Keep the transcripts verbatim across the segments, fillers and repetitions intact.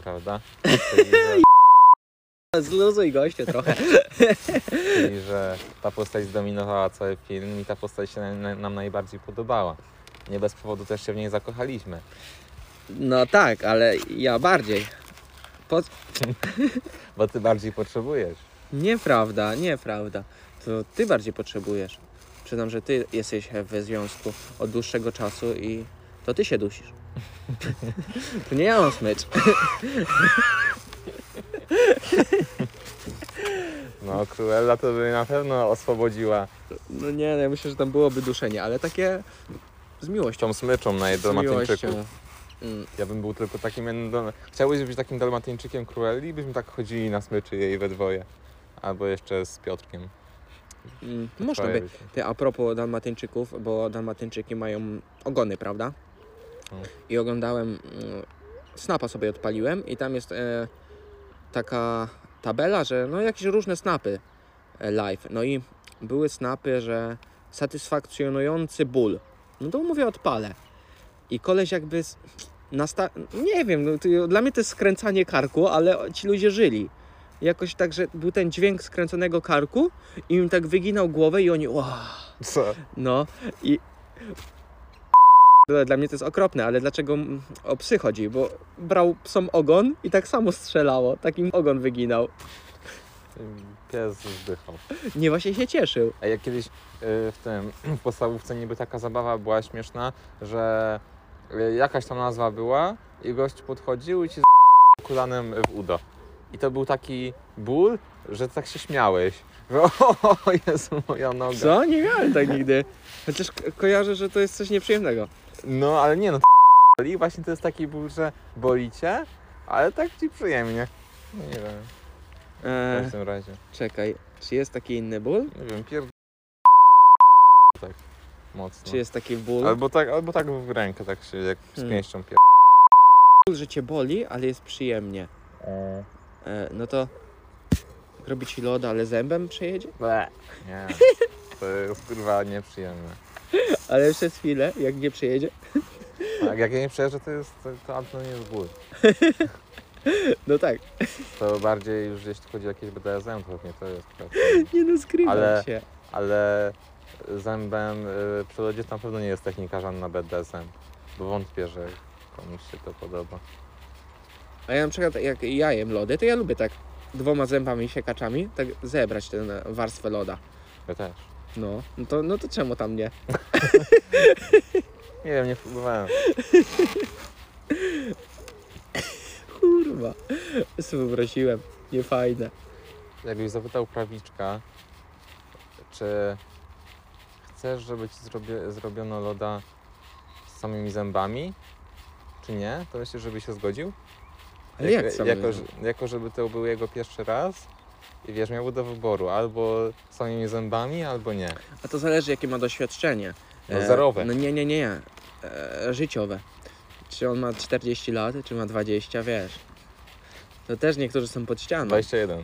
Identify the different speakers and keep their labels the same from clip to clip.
Speaker 1: prawda? Czyli, że...
Speaker 2: Zluzuj goście trochę.
Speaker 1: Czyli, że ta postać zdominowała cały film i ta postać się nam najbardziej podobała. Nie bez powodu też się w niej zakochaliśmy.
Speaker 2: No tak, ale ja bardziej. Po...
Speaker 1: Bo ty bardziej potrzebujesz.
Speaker 2: Nieprawda, nieprawda. To ty bardziej potrzebujesz. Przyznam, że ty jesteś w związku od dłuższego czasu i to ty się dusisz. To nie ja mam smycz.
Speaker 1: No, Cruella to by na pewno oswobodziła
Speaker 2: No nie, no ja myślę, że tam byłoby duszenie, ale takie z miłością.
Speaker 1: tą smyczą na
Speaker 2: Z
Speaker 1: Dalmatyńczyku.
Speaker 2: miłością. Mm.
Speaker 1: Ja bym był tylko takim jednym... Dal... Chciałbyś być takim Dalmatyńczykiem Cruelli? Byśmy tak chodzili na smyczy jej we dwoje. Albo jeszcze z Piotrkiem.
Speaker 2: Mm. Można by. Ty, a propos Dalmatyńczyków, bo Dalmatyńczyki mają ogony, prawda?
Speaker 1: No.
Speaker 2: I oglądałem, mm, snapa sobie odpaliłem i tam jest e, taka tabela, że no jakieś różne snapy e, live. No i były snapy, że satysfakcjonujący ból. No to mówię, odpalę. I koleś jakby z, nasta- nie wiem, no to, dla mnie to jest skręcanie karku, ale ci ludzie żyli. Jakoś tak, że był ten dźwięk skręconego karku i im tak wyginał głowę i oni wow.
Speaker 1: Co?
Speaker 2: No i dla mnie to jest okropne, ale dlaczego o psy chodzi? Bo brał psom ogon i tak samo strzelało, takim ogon wyginał.
Speaker 1: Pies zdychał.
Speaker 2: Nie, właśnie się cieszył.
Speaker 1: A jak kiedyś y, w tym w podstawówce niby taka zabawa była śmieszna, że y, jakaś tam nazwa była i gość podchodził i ci z kulanem w udo. I to był taki ból, że tak się śmiałeś. Że o, Jezu, moja noga.
Speaker 2: Co? Nie miałem tak nigdy. Chociaż ko- kojarzę, że to jest coś nieprzyjemnego.
Speaker 1: No, ale nie no, to boli. Właśnie to jest taki ból, że boli cię, ale tak ci przyjemnie. No, nie wiem, w
Speaker 2: Eee,
Speaker 1: każdym razie.
Speaker 2: czekaj, czy jest taki inny ból?
Speaker 1: Nie wiem, pierd... tak mocno.
Speaker 2: Czy jest taki ból?
Speaker 1: Albo tak, albo tak w rękę, tak się jak z
Speaker 2: Hmm.
Speaker 1: pięścią pier...
Speaker 2: Ból, że cię boli, ale jest przyjemnie.
Speaker 1: E,
Speaker 2: Eee, no to robi ci loda, ale zębem przejedzie?
Speaker 1: ble. Nie, to jest kurwa nieprzyjemne.
Speaker 2: Ale przez chwilę, jak nie przejedzie?
Speaker 1: Tak, jak ja nie przejeżdżę, to jest, to, to, to nie jest ból.
Speaker 2: No tak.
Speaker 1: To bardziej już gdzieś tu chodzi o jakieś B D S M, pewnie to jest.
Speaker 2: Nie no, skrywam
Speaker 1: Ale-
Speaker 2: się.
Speaker 1: Ale zębem y, przy lodzie to na pewno nie jest technika żadna B D S M, bo wątpię, że komuś się to podoba.
Speaker 2: A ja na przykład jak ja jem lody, to ja lubię tak dwoma zębami siekaczami tak zebrać tę warstwę loda.
Speaker 1: Ja też.
Speaker 2: No, no to, no to czemu tam nie?
Speaker 1: Nie wiem, nie próbowałem.
Speaker 2: Kurwa, sobie wyobraziłem. Niefajne.
Speaker 1: Jakbyś zapytał prawiczka, czy chcesz, żeby ci zrobi- zrobiono loda z samymi zębami, czy nie, to myślisz, żeby się zgodził?
Speaker 2: Ale jak samymi
Speaker 1: jako,
Speaker 2: zębami?
Speaker 1: jako, żeby to był jego pierwszy raz i wiesz, miałby do wyboru albo samymi zębami, albo nie.
Speaker 2: A to zależy jakie ma doświadczenie.
Speaker 1: No zerowe.
Speaker 2: No nie, nie, nie, nie. E, życiowe. Czy on ma czterdzieści lat, czy ma dwadzieścia, wiesz. To też niektórzy są pod ścianą.
Speaker 1: dwadzieścia jeden.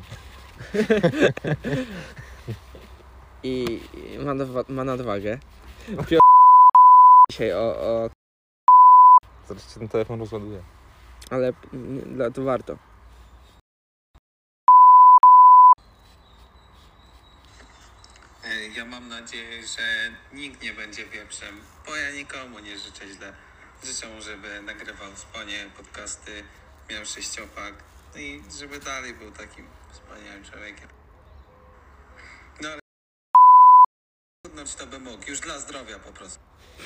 Speaker 2: I, i ma, nadwa- ma nadwagę. Piotr dzisiaj o, o...
Speaker 1: Zaraz ci ten telefon rozładuje.
Speaker 2: Ale mm, dla- to warto.
Speaker 3: Ja mam nadzieję, że nikt nie będzie wieprzem, bo ja nikomu nie życzę źle. Życzę mu, żeby nagrywał w sponie podcasty, miał sześciopak, no i żeby dalej był takim wspaniałym człowiekiem. No ale trudno, czy to by mógł, już dla zdrowia po prostu.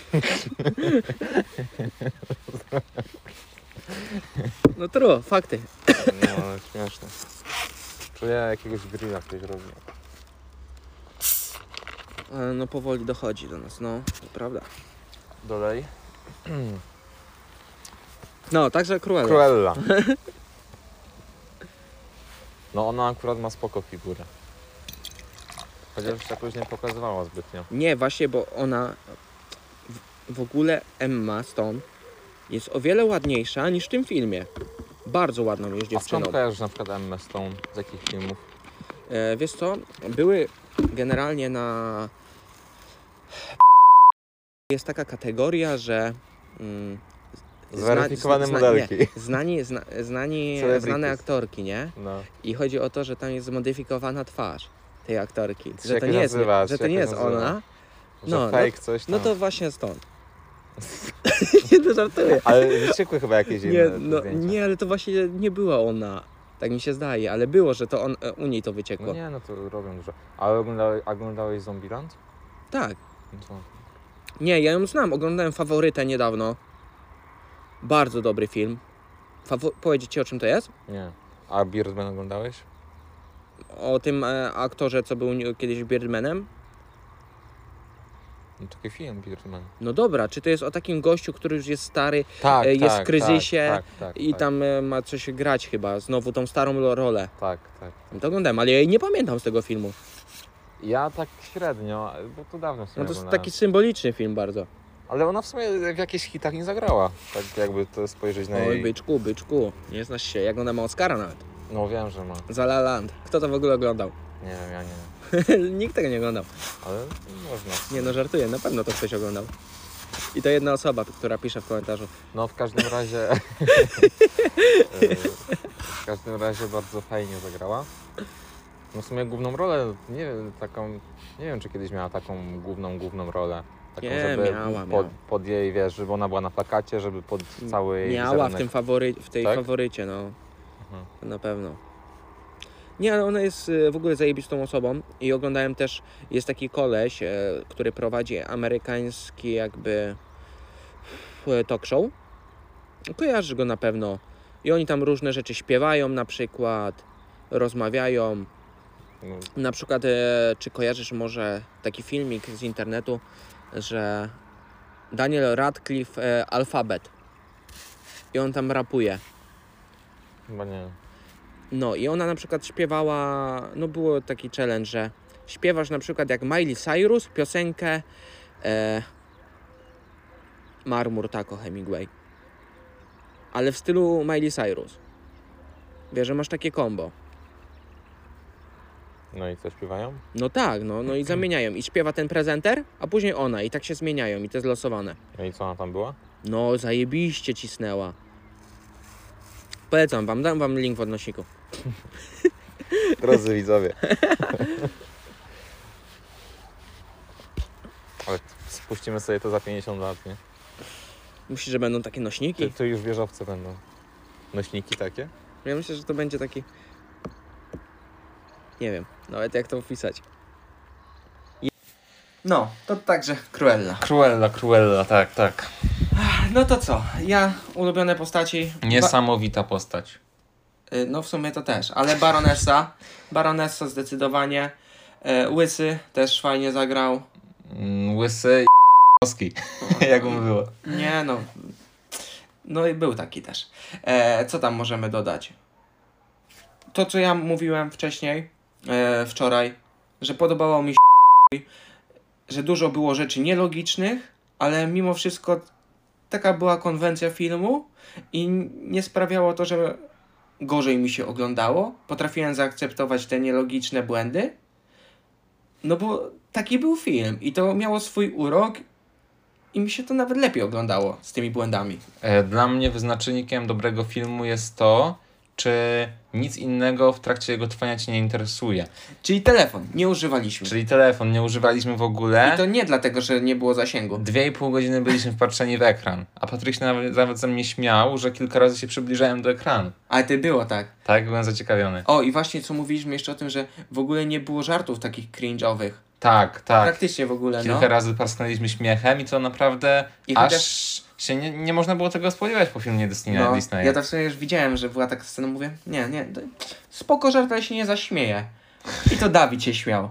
Speaker 2: No true, fakty.
Speaker 1: No, ale śmieszne. Czuję jakiegoś grilla ktoś robi.
Speaker 2: Ale no powoli dochodzi do nas, no, to prawda.
Speaker 1: Dolej.
Speaker 2: No, także Cruella.
Speaker 1: Cruella. No ona akurat ma spoko figurę. Chociaż się jakoś nie pokazywała zbytnio.
Speaker 2: Nie, właśnie, bo ona w, w ogóle Emma Stone jest o wiele ładniejsza niż w tym filmie. Bardzo ładną jest
Speaker 1: A
Speaker 2: dziewczyną.
Speaker 1: skąd kojarzysz na przykład Emmę Stone? Z jakich filmów?
Speaker 2: E, wiesz co, były generalnie na... Jest taka kategoria, że mm,
Speaker 1: Zweryfikowane
Speaker 2: zna-
Speaker 1: modelki.
Speaker 2: Nie, znani, zna, znani,
Speaker 1: Celebrities.
Speaker 2: znane aktorki, nie?
Speaker 1: No.
Speaker 2: I chodzi o to, że tam jest zmodyfikowana twarz tej aktorki.
Speaker 1: Co
Speaker 2: Że
Speaker 1: się
Speaker 2: to
Speaker 1: jakoś
Speaker 2: nie jest,
Speaker 1: nazywa,
Speaker 2: że
Speaker 1: czy
Speaker 2: to nie
Speaker 1: jakoś
Speaker 2: jest
Speaker 1: nazywa.
Speaker 2: ona.
Speaker 1: Że
Speaker 2: No,
Speaker 1: fake coś tam.
Speaker 2: No to właśnie stąd. Nie, to żartuję.
Speaker 1: Ale wyciekły chyba jakieś
Speaker 2: Nie,
Speaker 1: inne
Speaker 2: no,
Speaker 1: zdjęcia.
Speaker 2: nie, ale to właśnie nie była ona. Tak mi się zdaje, ale było, że to on, u niej to wyciekło.
Speaker 1: No nie, no to robią dużo. Ale oglądałeś, oglądałeś Zombieland?
Speaker 2: Tak.
Speaker 1: No to...
Speaker 2: Nie, ja ją znam. Oglądałem Faworytę niedawno. Bardzo dobry film. Fawo- powiedzieć ci, o czym to jest?
Speaker 1: Nie. A Birdman oglądałeś?
Speaker 2: O tym e, aktorze, co był nie- kiedyś Birdmanem?
Speaker 1: No taki film Birdman.
Speaker 2: No dobra, czy to jest o takim gościu, który już jest stary
Speaker 1: Tak,
Speaker 2: e, jest
Speaker 1: tak,
Speaker 2: w kryzysie
Speaker 1: tak, tak, tak,
Speaker 2: i
Speaker 1: tak,
Speaker 2: tam e, ma coś grać chyba, znowu tą starą lo- rolę.
Speaker 1: Tak, tak.
Speaker 2: No to oglądałem, ale ja jej nie pamiętam z tego filmu.
Speaker 1: Ja tak średnio, bo to dawno w sumie
Speaker 2: No to jest
Speaker 1: oglądałem.
Speaker 2: taki symboliczny film bardzo.
Speaker 1: Ale ona w sumie w jakichś hitach nie zagrała. Tak jakby to spojrzeć na
Speaker 2: Oj,
Speaker 1: jej...
Speaker 2: byczku, byczku, nie znasz się, jak ona ma Oscara nawet.
Speaker 1: No wiem, że ma.
Speaker 2: Za La Land. Kto to w ogóle oglądał?
Speaker 1: Nie wiem, ja nie.
Speaker 2: Nikt tego nie oglądał.
Speaker 1: Ale można.
Speaker 2: Nie no, żartuję, na pewno to ktoś oglądał. I to jedna osoba, która pisze w komentarzu.
Speaker 1: No w każdym razie... w każdym razie bardzo fajnie zagrała. No w sumie główną rolę, nie wiem, taką... Nie wiem, czy kiedyś miała taką główną, główną rolę. Taką,
Speaker 2: Nie,
Speaker 1: żeby
Speaker 2: miała,
Speaker 1: pod,
Speaker 2: miała.
Speaker 1: pod jej, wiesz, żeby ona była na plakacie, żeby pod cały jej
Speaker 2: Miała w
Speaker 1: wizerunek-
Speaker 2: tym fawory, w tej
Speaker 1: Tak?
Speaker 2: faworycie, no.
Speaker 1: Mhm.
Speaker 2: Na pewno. Nie, ale ona jest e, w ogóle zajebistą osobą i oglądałem też, jest taki koleś, e, który prowadzi amerykański jakby e, talk show. Kojarzysz go na pewno. I oni tam różne rzeczy śpiewają na przykład, rozmawiają.
Speaker 1: No,
Speaker 2: Na przykład, e, czy kojarzysz może taki filmik z internetu, że Daniel Radcliffe e, Alfabet i on tam rapuje.
Speaker 1: chyba nie.
Speaker 2: No i ona na przykład śpiewała, no było taki challenge, że śpiewasz na przykład jak Miley Cyrus piosenkę e, Marmur Taco Hemingway, ale w stylu Miley Cyrus. Wiesz, że masz takie combo.
Speaker 1: No i co, śpiewają?
Speaker 2: No tak, no, no i zamieniają. I śpiewa ten prezenter, a później ona. I tak się zmieniają. I to jest losowane.
Speaker 1: No i co ona tam była?
Speaker 2: No, zajebiście cisnęła. Polecam wam, dam wam link w odnośniku.
Speaker 1: Drodzy widzowie. Ale spuścimy sobie to za pięćdziesiąt lat, nie?
Speaker 2: Myślisz, że będą takie
Speaker 1: To,
Speaker 2: nośniki?
Speaker 1: to już wieżowce będą. Nośniki takie?
Speaker 2: Ja myślę, że to będzie taki... Nie wiem, nawet jak to opisać. No, to także Cruella.
Speaker 1: Cruella, Cruella, tak, tak.
Speaker 2: No to co? Ja, ulubione postaci...
Speaker 1: Niesamowita postać.
Speaker 2: Y, No w sumie to też, ale Baronessa. Baronessa zdecydowanie. E, Łysy też fajnie zagrał.
Speaker 1: Mm, Łysy i Oski, jak mu było.
Speaker 2: Nie no. No i był taki też. E, co tam możemy dodać? To co ja mówiłem wcześniej, e, wczoraj, że podobało mi się, że dużo było rzeczy nielogicznych, ale mimo wszystko taka była konwencja filmu i nie sprawiało to, że gorzej mi się oglądało. Potrafiłem zaakceptować te nielogiczne błędy. No bo taki był film i to miało swój urok i mi się to nawet lepiej oglądało z tymi błędami.
Speaker 1: E, Dla mnie wyznacznikiem dobrego filmu jest to, czy nic innego w trakcie jego trwania Cię nie interesuje.
Speaker 2: Czyli telefon nie używaliśmy.
Speaker 1: Czyli telefon nie używaliśmy w ogóle.
Speaker 2: I to nie dlatego, że nie było zasięgu.
Speaker 1: Dwie i pół godziny byliśmy wpatrzeni w ekran. A Patryk się nawet, nawet ze mnie śmiał, że kilka razy się przybliżałem do ekranu.
Speaker 2: Ale ty było tak.
Speaker 1: Tak, byłem zaciekawiony.
Speaker 2: O i właśnie co mówiliśmy jeszcze o tym, że w ogóle nie było żartów takich cringe'owych.
Speaker 1: Tak, tak.
Speaker 2: Praktycznie w ogóle,
Speaker 1: Kilka
Speaker 2: no.
Speaker 1: razy parsknęliśmy śmiechem i to naprawdę
Speaker 2: I
Speaker 1: aż
Speaker 2: chociaż-
Speaker 1: się nie, nie można było tego spodziewać po filmie Disneya.
Speaker 2: No,
Speaker 1: Disneya.
Speaker 2: ja to w sumie już widziałem, że była taka scena, mówię, nie, nie, to spoko żart, ale się nie zaśmieje. I to Dawid się śmiał.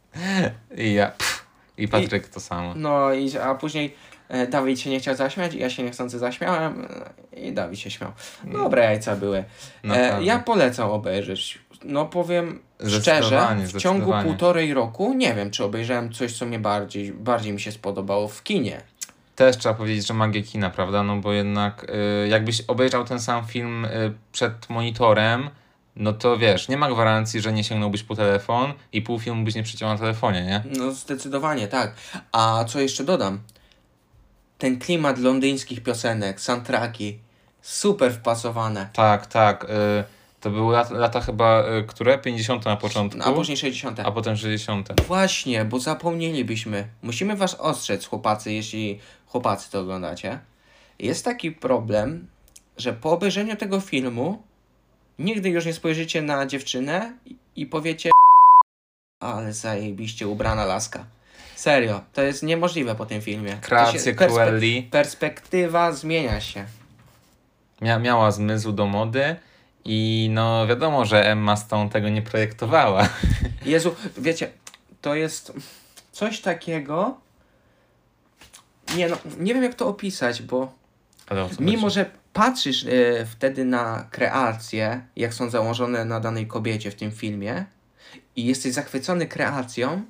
Speaker 1: I ja. Pff, I Patryk to samo.
Speaker 2: No i a później e, Dawid się nie chciał zaśmiać, ja się niechcący zaśmiałem e, i Dawid się śmiał. Dobre jajca były. E,
Speaker 1: Naprawdę.
Speaker 2: ja polecam obejrzeć. No powiem szczerze,
Speaker 1: Zdecydowanie,
Speaker 2: w ciągu
Speaker 1: zdecydowanie.
Speaker 2: półtorej roku nie wiem, czy obejrzałem coś, co mnie bardziej, bardziej mi się spodobało w kinie.
Speaker 1: Też trzeba powiedzieć, że magia kina, prawda? No bo jednak y, jakbyś obejrzał ten sam film y, przed monitorem, no to wiesz, nie ma gwarancji, że nie sięgnąłbyś po telefon i pół filmu byś nie przeciął na telefonie, nie?
Speaker 2: No zdecydowanie tak. A co jeszcze dodam? ten klimat londyńskich piosenek, soundtracki, super wpasowane.
Speaker 1: Tak, tak. Y, to były lata, lata chyba, y, które? pięćdziesiąte na początku,
Speaker 2: A później sześćdziesiąte.
Speaker 1: a potem sześćdziesiąte.
Speaker 2: Właśnie, bo zapomnielibyśmy. Musimy was ostrzec, chłopacy, jeśli chłopacy to oglądacie. Jest taki problem, że po obejrzeniu tego filmu nigdy już nie spojrzycie na dziewczynę i, i powiecie, ale zajebiście ubrana laska. Serio, to jest niemożliwe po tym filmie. To
Speaker 1: Kreacje
Speaker 2: się- perspe-
Speaker 1: Cruelli.
Speaker 2: Perspektywa zmienia się.
Speaker 1: Mia, miała zmysł do mody i no wiadomo, że Emma Stone tego nie projektowała.
Speaker 2: Jezu, wiecie, to jest coś takiego... Nie no, nie wiem jak to opisać, bo
Speaker 1: Ale o co
Speaker 2: mimo,
Speaker 1: chodzi?
Speaker 2: że patrzysz e, wtedy na kreacje, jak są założone na danej kobiecie w tym filmie i jesteś zachwycony kreacją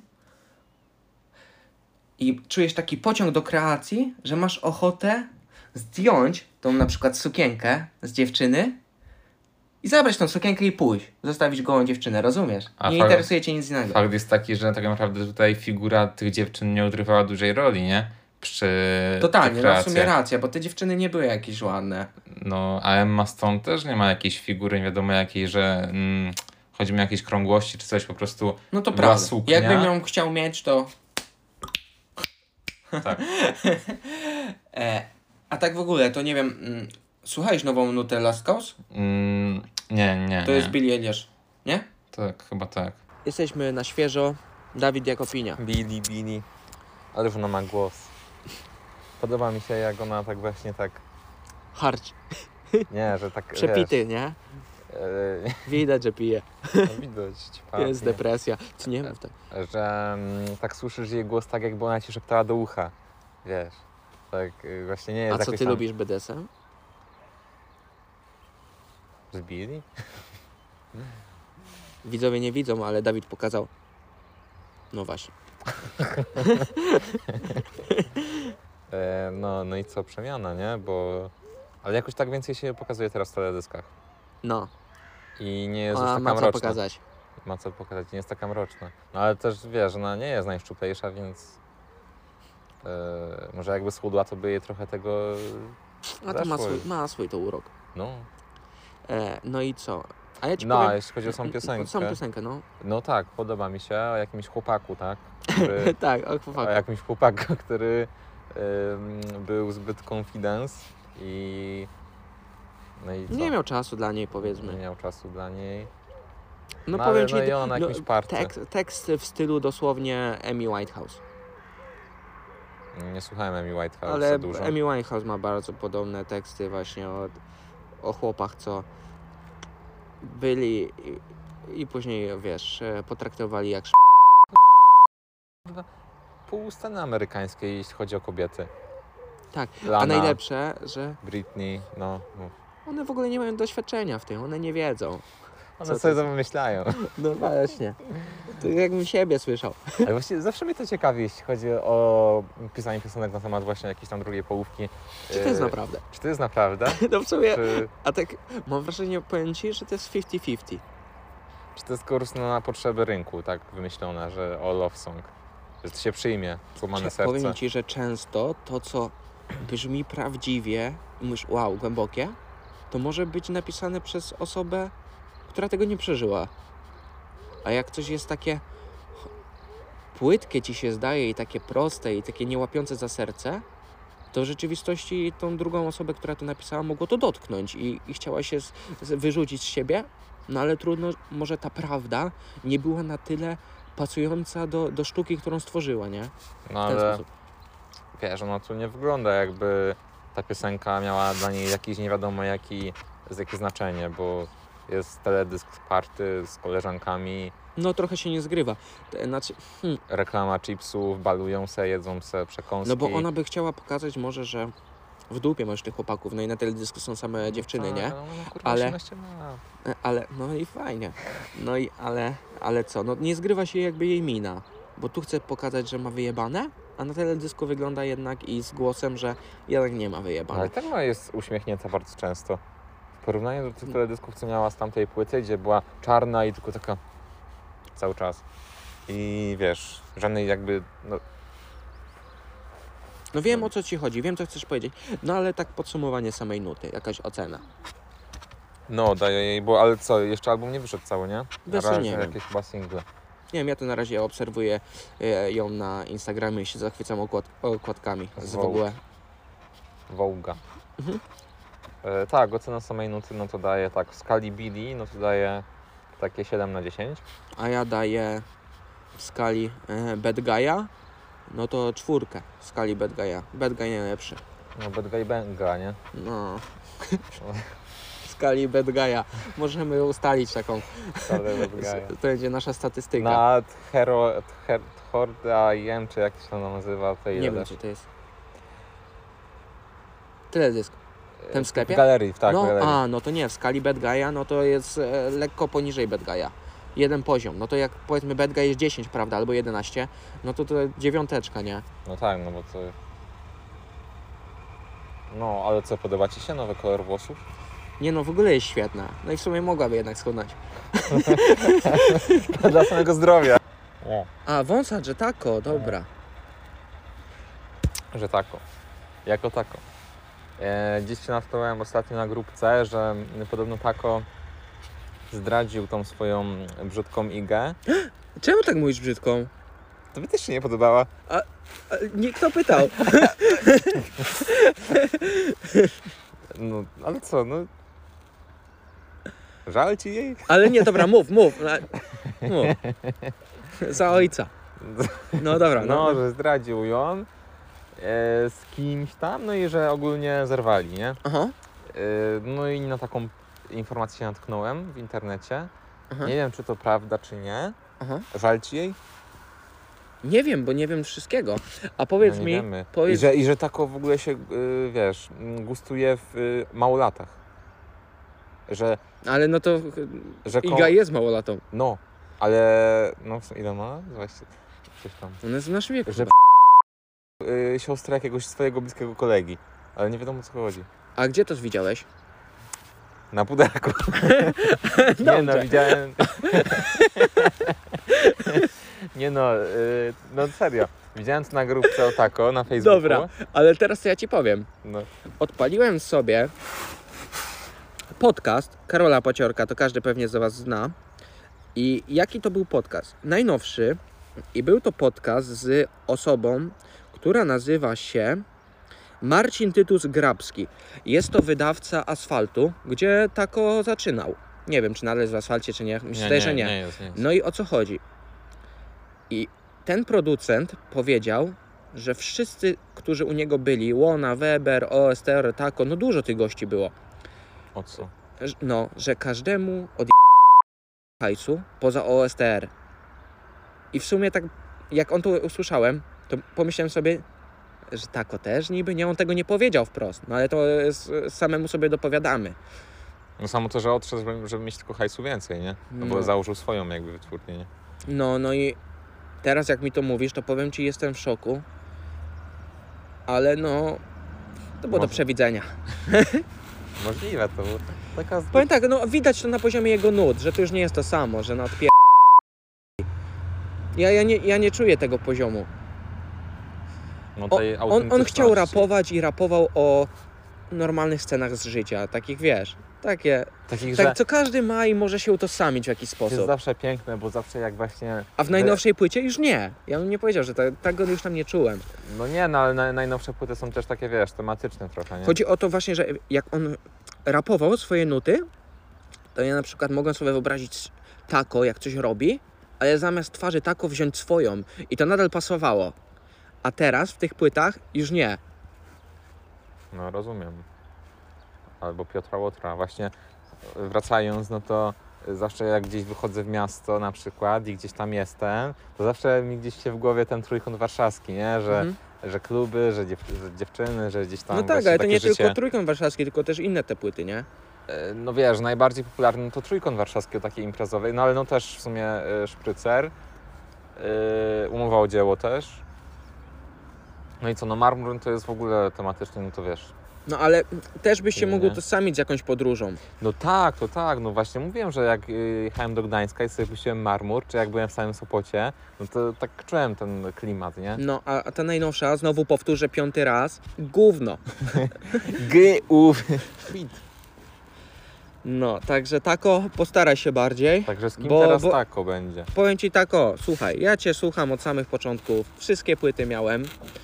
Speaker 2: i czujesz taki pociąg do kreacji, że masz ochotę zdjąć tą na przykład sukienkę z dziewczyny i zabrać tą sukienkę i pójść. Zostawić gołą dziewczynę, rozumiesz?
Speaker 1: A
Speaker 2: Nie
Speaker 1: fakt-
Speaker 2: interesuje cię nic innego.
Speaker 1: Fakt jest taki, że tak naprawdę tutaj figura tych dziewczyn nie odgrywała dużej roli, nie? Przy
Speaker 2: Totalnie,
Speaker 1: tych
Speaker 2: no w sumie
Speaker 1: kreacjach.
Speaker 2: racja, bo te dziewczyny nie były jakieś ładne.
Speaker 1: No, a Emma Stone też nie ma jakiejś figury, nie wiadomo jakiej, że mm, chodzi mi o jakieś krągłości czy coś, po prostu
Speaker 2: No to
Speaker 1: była
Speaker 2: prawda.
Speaker 1: suknia.
Speaker 2: Jakbym ją chciał mieć, to...
Speaker 1: Tak.
Speaker 2: e, a tak w ogóle, to nie wiem, mm, słuchałeś nową nutę Last Cause?
Speaker 1: Mm, nie, nie,
Speaker 2: To
Speaker 1: nie.
Speaker 2: jest Billie Eilish, nie?
Speaker 1: Tak, chyba tak.
Speaker 2: Jesteśmy na świeżo. Dawid, jak opinia?
Speaker 1: Billy, Billy. Ale już ona ma głos. Podoba mi się, jak ona tak właśnie tak...
Speaker 2: Harć.
Speaker 1: Nie, że tak,
Speaker 2: Przepity, nie?
Speaker 1: Wiesz,
Speaker 2: Widać, że pije.
Speaker 1: e, widać, pachnie.
Speaker 2: Jest depresja. Co nie mów tak.
Speaker 1: Że mm, tak słyszysz jej głos tak, jakby ona ci szeptała do ucha. Wiesz, tak y, właśnie nie jest
Speaker 2: A co
Speaker 1: jakoś
Speaker 2: ty
Speaker 1: tam...
Speaker 2: lubisz B D S M?
Speaker 1: Z Billy?
Speaker 2: Widzowie nie widzą, ale Dawid pokazał. No właśnie.
Speaker 1: E, no, no i co, przemiana, nie? Bo... Ale jakoś tak więcej się pokazuje teraz w teledyskach.
Speaker 2: No.
Speaker 1: I nie jest
Speaker 2: Ona
Speaker 1: już
Speaker 2: ma
Speaker 1: taka
Speaker 2: co
Speaker 1: mroczna.
Speaker 2: pokazać.
Speaker 1: Ma co pokazać, nie jest taka mroczna. No ale też wiesz, ona nie jest najszczuplejsza, więc e, może jakby schudła, to by jej trochę tego
Speaker 2: A to ma
Speaker 1: zeszło
Speaker 2: swój,
Speaker 1: już.
Speaker 2: ma swój to urok.
Speaker 1: No,
Speaker 2: E, no i co? A ja ci
Speaker 1: no
Speaker 2: powiem...
Speaker 1: jeśli chodzi o samą piosenkę,
Speaker 2: Samą piosenkę, no.
Speaker 1: no tak, podoba mi się o jakimś chłopaku, tak? Który,
Speaker 2: tak, o
Speaker 1: o
Speaker 2: chłopaku.
Speaker 1: jakimś chłopaku, który ym, był zbyt confidence i no i co?
Speaker 2: Nie miał czasu dla niej, powiedzmy.
Speaker 1: Nie miał czasu dla niej.
Speaker 2: No,
Speaker 1: No,
Speaker 2: powiem
Speaker 1: ale
Speaker 2: ci,
Speaker 1: no i ona na jakimś parcie.
Speaker 2: tekst, tekst w stylu dosłownie Amy Winehouse.
Speaker 1: Nie słuchałem Amy Whitehouse
Speaker 2: Ale
Speaker 1: za dużo.
Speaker 2: Amy Winehouse ma bardzo podobne teksty właśnie o, o chłopach, co byli i, i później, wiesz, e, potraktowali jak sz...
Speaker 1: Pół sceny amerykańskiej, jeśli chodzi o kobiety.
Speaker 2: Tak,
Speaker 1: Lana,
Speaker 2: a najlepsze, że
Speaker 1: Britney, no. mów.
Speaker 2: one w ogóle nie mają doświadczenia w tym, one nie wiedzą.
Speaker 1: One
Speaker 2: Co
Speaker 1: sobie
Speaker 2: to
Speaker 1: to wymyślają.
Speaker 2: No właśnie. To jakbym siebie słyszał.
Speaker 1: Ale właściwie zawsze mnie to ciekawi, jeśli chodzi o pisanie piosenek na temat właśnie jakiejś tam drugiej połówki.
Speaker 2: Czy to jest
Speaker 1: Yy,
Speaker 2: naprawdę?
Speaker 1: Czy to jest naprawdę?
Speaker 2: No w sumie,
Speaker 1: Czy,
Speaker 2: a tak mam wrażenie, powiem ci, że to jest fifty fifty.
Speaker 1: czy to jest kurs na potrzeby rynku, tak wymyślone, że o love song? Że to się przyjmie, złamane serce.
Speaker 2: Powiem ci, że często to, co brzmi prawdziwie i mówisz, wow, głębokie, to może być napisane przez osobę, która tego nie przeżyła. A jak coś jest takie płytkie ci się zdaje i takie proste i takie niełapiące za serce, to w rzeczywistości tą drugą osobę, która to napisała, mogło to dotknąć i, i chciała się z, z, wyrzucić z siebie, no ale trudno, może ta prawda nie była na tyle pasująca do, do sztuki, którą stworzyła, nie?
Speaker 1: No
Speaker 2: W ten
Speaker 1: ale
Speaker 2: sposób.
Speaker 1: wiesz, ona tu nie wygląda jakby ta piosenka miała dla niej jakiś nie wiadomo jaki, jakie znaczenie, bo jest teledysk party z koleżankami,
Speaker 2: No trochę się nie zgrywa. To Znaczy, hmm,
Speaker 1: reklama chipsów, balują se, jedzą se przekąski.
Speaker 2: no bo ona by chciała pokazać może, że w dupie masz tych chłopaków, no i na teledysku są same dziewczyny,
Speaker 1: tak,
Speaker 2: nie?
Speaker 1: No, no, kurwa,
Speaker 2: Ale-
Speaker 1: osiemnaście lat.
Speaker 2: E, Ale, no i fajnie. No i, ale, ale co, no nie zgrywa się jakby jej mina, bo tu chce pokazać, że ma wyjebane, a na teledysku wygląda jednak i z głosem, że jednak nie ma wyjebane.
Speaker 1: Ale tak ona jest uśmiechnięta bardzo często. W porównaniu do tych teledysków, co miała z tamtej płyty, gdzie była czarna i tylko taka cały czas. I wiesz, żadnej jakby, no,
Speaker 2: No wiem, o co ci chodzi, wiem, co chcesz powiedzieć. No ale tak podsumowanie samej nuty, jakaś ocena.
Speaker 1: No, daję jej, bo ale co, jeszcze album nie wyszedł cały, nie? Na
Speaker 2: Wiesz co,
Speaker 1: razie
Speaker 2: nie wiem.
Speaker 1: jakieś chyba single.
Speaker 2: Nie wiem, ja to na razie obserwuję e, ją na Instagramie i się zachwycam okład, okładkami z w
Speaker 1: Wow.
Speaker 2: ogóle.
Speaker 1: Wołga.
Speaker 2: Mhm.
Speaker 1: E, tak, ocena samej nuty, no to daję tak, w skali B D, no to daję takie siedem na dziesięć.
Speaker 2: A ja daję w skali e, Bad Guy'a, no to czwórkę w skali Bad Guy'a. Bad Guy najlepszy.
Speaker 1: No, Bad Guy Banga, nie?
Speaker 2: No. W skali Bad Guy'a. Możemy ustalić taką.
Speaker 1: Stary Bad Guy.
Speaker 2: To będzie nasza statystyka.
Speaker 1: Na Hero, Her, Horda I M, czy jak się to nazywa, to ile
Speaker 2: Nie wiem,
Speaker 1: dasz?
Speaker 2: co to jest. Teledysk. Ten w sklepie?
Speaker 1: W galerii, tak,
Speaker 2: no,
Speaker 1: w galerii.
Speaker 2: a, no to nie, w skali Bad Guy'a, no to jest e, lekko poniżej Bad Guy'a. Jeden poziom. No to jak powiedzmy Bad Guy jest dziesięć, prawda, albo jedenaście, no to to dziewiąteczka, nie?
Speaker 1: No tak, no bo to... No, ale co, podoba Ci się nowy kolor włosów?
Speaker 2: Nie no, w ogóle jest świetna. No i w sumie mogłaby jednak schudnąć.
Speaker 1: Dla samego zdrowia. O,
Speaker 2: A, wąsacz, że tako, dobra.
Speaker 1: że tako. Jako tako. E, dziś się natknąłem ostatnio na grupce, że podobno tako zdradził tą swoją brzydką igę.
Speaker 2: Czemu tak mówisz brzydką?
Speaker 1: To by też się nie podobała.
Speaker 2: A, nie, kto pytał?
Speaker 1: No, ale co, no... Żal Ci jej?
Speaker 2: Ale nie, dobra, mów, mów. Mów. Za ojca. No dobra, no.
Speaker 1: No, że zdradził ją e, z kimś tam, no i że ogólnie zerwali, nie?
Speaker 2: Aha.
Speaker 1: E, no i na taką informację się natknąłem w internecie.
Speaker 2: Aha.
Speaker 1: Nie wiem, czy to prawda, czy nie.
Speaker 2: Aha.
Speaker 1: Żal Ci jej?
Speaker 2: Nie wiem, bo nie wiem wszystkiego. A powiedz
Speaker 1: no, nie
Speaker 2: mi,
Speaker 1: wiemy.
Speaker 2: powiedz...
Speaker 1: I, że, I że tako w ogóle się, y, wiesz, m, gustuje w y, małolatach. Że,
Speaker 2: Ale no to
Speaker 1: że ko-
Speaker 2: Iga jest małolatą.
Speaker 1: No, ale no w sumie ile ma? Właśnie coś tam.
Speaker 2: Ona jest w naszym wieku.
Speaker 1: Że
Speaker 2: chyba.
Speaker 1: y, siostrę jakiegoś swojego bliskiego kolegi. Ale nie wiadomo, o co chodzi.
Speaker 2: A gdzie to widziałeś?
Speaker 1: Na pudelku. Nie no,
Speaker 2: Dobrze.
Speaker 1: widziałem... Nie no, y, no serio. Widziałem to na grupce o tako na Facebooku.
Speaker 2: Dobra, ale teraz to ja ci powiem.
Speaker 1: No.
Speaker 2: Odpaliłem sobie podcast Karola Paciorka, to każdy pewnie z was zna. I jaki to był podcast? Najnowszy. I był to podcast z osobą, która nazywa się Marcin Tytus Grabski. Jest to wydawca Asfaltu, gdzie tako zaczynał. Nie wiem, czy nadal jest w Asfalcie, czy nie. Myślę,
Speaker 1: nie,
Speaker 2: że nie.
Speaker 1: nie jest, nie jest.
Speaker 2: No i o co chodzi? I ten producent powiedział, że wszyscy, którzy u niego byli, Łona, Weber, O S T R, Tako, no dużo tych gości było,
Speaker 1: O co?
Speaker 2: że- no, że każdemu od hajsu poza O S T R. I w sumie tak, jak on to usłyszałem, to pomyślałem sobie, że Tako też niby, nie, on tego nie powiedział wprost, no ale to jest, samemu sobie dopowiadamy.
Speaker 1: No samo to, że odszedł, żeby, żeby mieć tylko hajsu więcej, nie? No bo
Speaker 2: No.
Speaker 1: założył swoją jakby wytwórnię, nie?
Speaker 2: No, no i teraz jak mi to mówisz, to powiem ci, jestem w szoku. Ale no, to było do
Speaker 1: Może-
Speaker 2: przewidzenia.
Speaker 1: Możliwe to było. Taka...
Speaker 2: Powiem tak, no widać to na poziomie jego nut, że to już nie jest to samo, że no odpier... Ja, ja, nie, ja nie czuję tego poziomu.
Speaker 1: No
Speaker 2: O,
Speaker 1: tej
Speaker 2: on, on chciał
Speaker 1: autentyczności.
Speaker 2: rapować i rapował o normalnych scenach z życia, takich wiesz, takie,
Speaker 1: Takich,
Speaker 2: tak
Speaker 1: że
Speaker 2: co każdy ma i może się utożsamić w jakiś
Speaker 1: jest
Speaker 2: sposób.
Speaker 1: zawsze piękne, bo zawsze jak właśnie...
Speaker 2: A w najnowszej płycie już nie. Ja bym nie powiedział, że tak, tak go już tam nie czułem.
Speaker 1: No nie, no ale na, najnowsze płyty są też takie, wiesz, tematyczne trochę, nie?
Speaker 2: Chodzi o to właśnie, że jak on rapował swoje nuty, to ja na przykład mogłem sobie wyobrazić Tako, jak coś robi, ale zamiast twarzy Tako wziąć swoją i to nadal pasowało. A teraz w tych płytach już nie.
Speaker 1: No rozumiem. Albo Piotra Łotra. Właśnie wracając, no to zawsze jak gdzieś wychodzę w miasto na przykład i gdzieś tam jestem, to zawsze mi gdzieś się w głowie ten trójkąt warszawski, nie? Że,
Speaker 2: Mhm.
Speaker 1: że kluby, że, dziew że dziewczyny, że gdzieś tam
Speaker 2: No tak,
Speaker 1: właśnie
Speaker 2: ale to
Speaker 1: takie
Speaker 2: nie
Speaker 1: życie.
Speaker 2: tylko Trójkąt Warszawski, tylko też inne te płyty, nie?
Speaker 1: E, No wiesz, najbardziej popularny to trójkąt warszawski o takiej imprezowej, no ale no też w sumie e, Szprycer, e, Umowa o dzieło też. No i co, no Marmur to jest w ogóle tematyczny, no to wiesz.
Speaker 2: No ale też byście
Speaker 1: Nie,
Speaker 2: mogli
Speaker 1: nie.
Speaker 2: to sami z jakąś podróżą.
Speaker 1: No tak, to tak, no właśnie mówiłem, że jak y, jechałem do Gdańska i sobie puściłem Marmur, czy jak byłem w samym Sopocie, no to tak czułem ten klimat, nie?
Speaker 2: No a, a ta najnowsza, znowu powtórzę piąty raz, gówno.
Speaker 1: G U Fit.
Speaker 2: No, także tako postaraj się bardziej.
Speaker 1: Także z kim
Speaker 2: Bo-
Speaker 1: teraz
Speaker 2: bo-
Speaker 1: tako będzie?
Speaker 2: Powiem ci tak, o, słuchaj, ja cię słucham od samych początków, wszystkie płyty miałem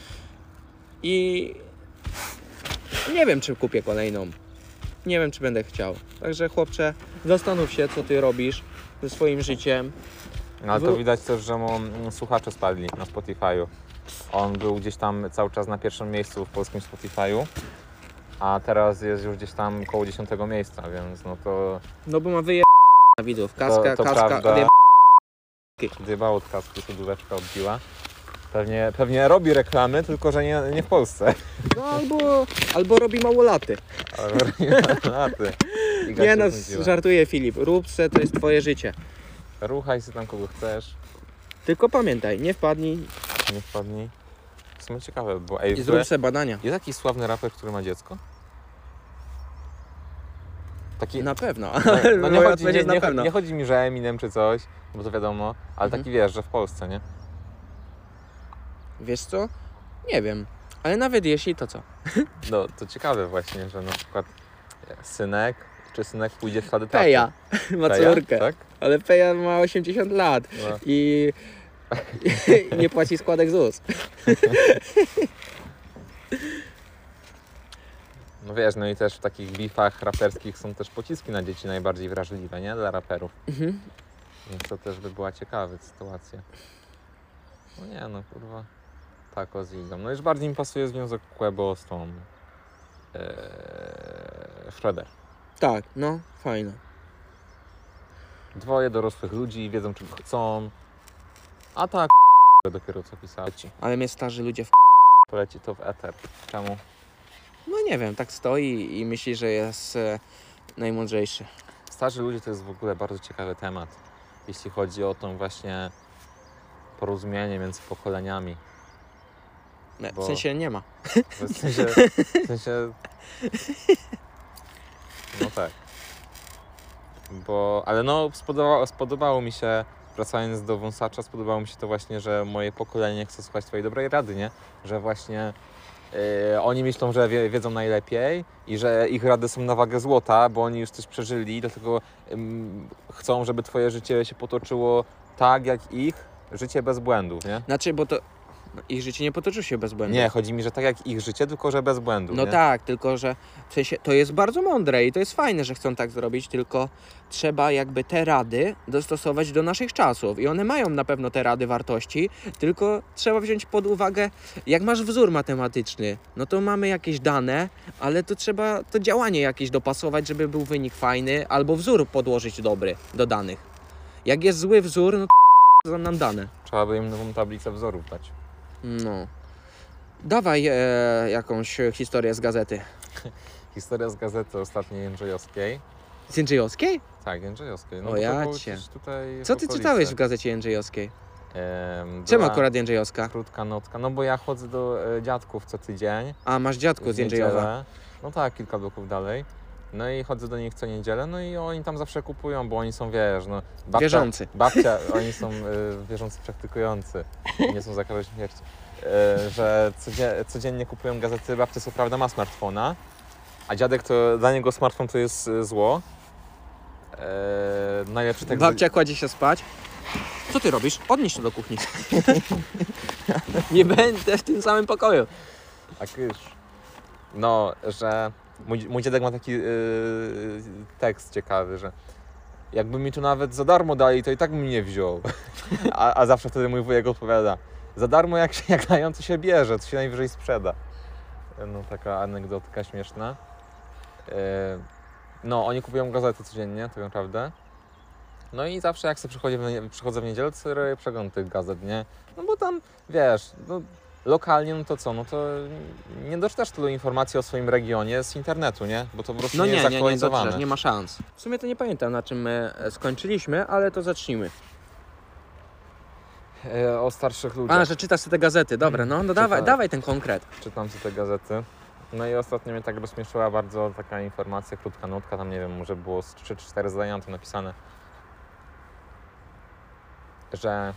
Speaker 2: i nie wiem, czy kupię kolejną. Nie wiem, czy będę chciał. Także chłopcze, zastanów się, co ty robisz ze swoim życiem.
Speaker 1: No, ale to
Speaker 2: Bo-
Speaker 1: widać też, że mu mm, słuchacze spadli na Spotify'u. On był gdzieś tam cały czas na pierwszym miejscu w polskim Spotify'u, a teraz jest już gdzieś tam koło dziesiątego miejsca, więc no to
Speaker 2: No bo ma wyje... na widzów, kaska,
Speaker 1: to, to
Speaker 2: kaska,
Speaker 1: prawda.
Speaker 2: odjeb...
Speaker 1: Zjebało od kaski, sodóweczka odbiła. Pewnie, pewnie robi reklamy, tylko że nie, nie w Polsce.
Speaker 2: No albo, albo robi małolaty.
Speaker 1: Ale robi laty. Iga
Speaker 2: Nie
Speaker 1: się
Speaker 2: no,
Speaker 1: znudziła.
Speaker 2: żartuję Filip, rób se, to jest twoje życie.
Speaker 1: Ruchaj się tam kogo chcesz,
Speaker 2: Tylko pamiętaj, nie wpadnij
Speaker 1: nie wpadnij. W sumie ciekawe, bo ej,
Speaker 2: i
Speaker 1: w ogóle
Speaker 2: zrób se badania.
Speaker 1: jest jakiś sławny raper, który ma dziecko? Taki,
Speaker 2: Na pewno,
Speaker 1: no, no nie,
Speaker 2: moja
Speaker 1: chodzi,
Speaker 2: odpowiedź
Speaker 1: nie,
Speaker 2: jest na
Speaker 1: nie,
Speaker 2: pewno.
Speaker 1: nie chodzi mi, że Eminem czy coś, bo to wiadomo, ale
Speaker 2: Mhm.
Speaker 1: taki wiesz, że w Polsce, nie?
Speaker 2: Wiesz co? Nie wiem, ale nawet jeśli, to co?
Speaker 1: No to ciekawe właśnie, że na przykład synek, czy synek pójdzie w ślady taty.
Speaker 2: Peja ma
Speaker 1: Peja,
Speaker 2: córkę,
Speaker 1: tak?
Speaker 2: ale Peja ma osiemdziesiąt lat
Speaker 1: No.
Speaker 2: i i nie płaci składek ZUS.
Speaker 1: No wiesz, no i też w takich bifach raperskich są też pociski na dzieci najbardziej wrażliwe, nie? Dla raperów.
Speaker 2: Mhm.
Speaker 1: Więc to też by była ciekawa sytuacja. No nie no, kurwa. Tako z Igą. No już bardziej mi pasuje związek Quebo z tą ee, Shredder.
Speaker 2: Tak, no, fajne.
Speaker 1: Dwoje dorosłych ludzi, wiedzą czego chcą. A tak dopiero co pisać.
Speaker 2: Ale mnie starzy ludzie w...
Speaker 1: Poleci to w eter. Czemu?
Speaker 2: No nie wiem, tak stoi i myśli, że jest e, najmądrzejszy.
Speaker 1: Starzy ludzie to jest w ogóle bardzo ciekawy temat. Jeśli chodzi o tą właśnie porozumienie między pokoleniami.
Speaker 2: Nie,
Speaker 1: Bo-
Speaker 2: W sensie nie ma.
Speaker 1: W sensie, w sensie... No tak. Bo, ale no spodobało, spodobało mi się, wracając do wąsacza, spodobało mi się to właśnie, że moje pokolenie chce słuchać twojej dobrej rady, nie? Że właśnie yy, oni myślą, że wie, wiedzą najlepiej i że ich rady są na wagę złota, bo oni już coś przeżyli, dlatego ym, chcą, żeby twoje życie się potoczyło tak, jak ich życie bez błędów, nie?
Speaker 2: Znaczy, bo to no, ich życie nie potoczy się bez błędów.
Speaker 1: Nie, chodzi mi, że tak jak ich życie, tylko że bez błędów,
Speaker 2: No
Speaker 1: nie?
Speaker 2: tak, tylko że w sensie to jest bardzo mądre i to jest fajne, że chcą tak zrobić, tylko trzeba jakby te rady dostosować do naszych czasów i one mają na pewno te rady wartości, tylko trzeba wziąć pod uwagę, jak masz wzór matematyczny, no to mamy jakieś dane, ale to trzeba to działanie jakieś dopasować, żeby był wynik fajny, albo wzór podłożyć dobry do danych. Jak jest zły wzór, no to są nam dane.
Speaker 1: Trzeba by im nową tablicę wzorów dać.
Speaker 2: No. Dawaj e, jakąś historię z gazety.
Speaker 1: Historia z gazety ostatniej jędrzejowskiej.
Speaker 2: Z Jędrzejowskiej?
Speaker 1: Tak, jędrzejowskiej. No
Speaker 2: O
Speaker 1: bo to
Speaker 2: ja
Speaker 1: było
Speaker 2: cię.
Speaker 1: gdzieś tutaj
Speaker 2: Co
Speaker 1: w
Speaker 2: ty
Speaker 1: okolicy.
Speaker 2: czytałeś w gazecie Jędrzejowskiej?
Speaker 1: Em,
Speaker 2: Czemu
Speaker 1: była
Speaker 2: akurat Jędrzejowska?
Speaker 1: Krótka notka, no bo ja chodzę do e, dziadków co tydzień.
Speaker 2: A, masz dziadków z
Speaker 1: w
Speaker 2: Jędrzejowa.
Speaker 1: niedzielę. No tak, kilka bloków dalej. No i chodzę do nich co niedzielę, no i oni tam zawsze kupują, bo oni są, wiesz, no... Babcia,
Speaker 2: Wierzący.
Speaker 1: Babcia, oni są y, wierzący, praktykujący, nie są za karę śmierci. Y, że codzie, codziennie kupują gazety, babcia co prawda ma smartfona, a dziadek to, dla niego smartfon to jest y, zło. Y, najlepszy tekst...
Speaker 2: Babcia kładzie się spać. Co ty robisz? Odnieś to do kuchni. Nie będę w tym samym pokoju.
Speaker 1: A kysz. No, że mój, mój dziadek ma taki yy, tekst ciekawy, że jakby mi tu nawet za darmo dali, to i tak bym nie wziął. A, a zawsze wtedy mój wujek odpowiada, za darmo jak, się, jak dają, to się bierze, to się najwyżej sprzeda. No, taka anegdotka śmieszna. Yy, no, oni kupują gazety codziennie, tak naprawdę. No i zawsze jak sobie przychodzę w, nie- przychodzę w niedzielę, to sobie robię przegląd tych gazet, nie? No bo tam, wiesz, no, lokalnie, no to co, no to nie doczytasz tylu informacji o swoim regionie z internetu, nie? Bo to po prostu
Speaker 2: No
Speaker 1: nie,
Speaker 2: nie,
Speaker 1: jest
Speaker 2: nie, nie
Speaker 1: aktualizowane.
Speaker 2: dotrzesz, nie ma szans. W sumie to nie pamiętam, na czym my e, skończyliśmy, ale to zacznijmy.
Speaker 1: E, o starszych ludziach.
Speaker 2: A, że czytasz te gazety, dobra, no, no
Speaker 1: Czytam.
Speaker 2: dawaj, dawaj ten konkret.
Speaker 1: Czytam sobie te gazety. No i ostatnio mnie tak rozśmieszyła bardzo taka informacja, krótka nutka, tam nie wiem, może było z trzy czy cztery zdania to napisane, że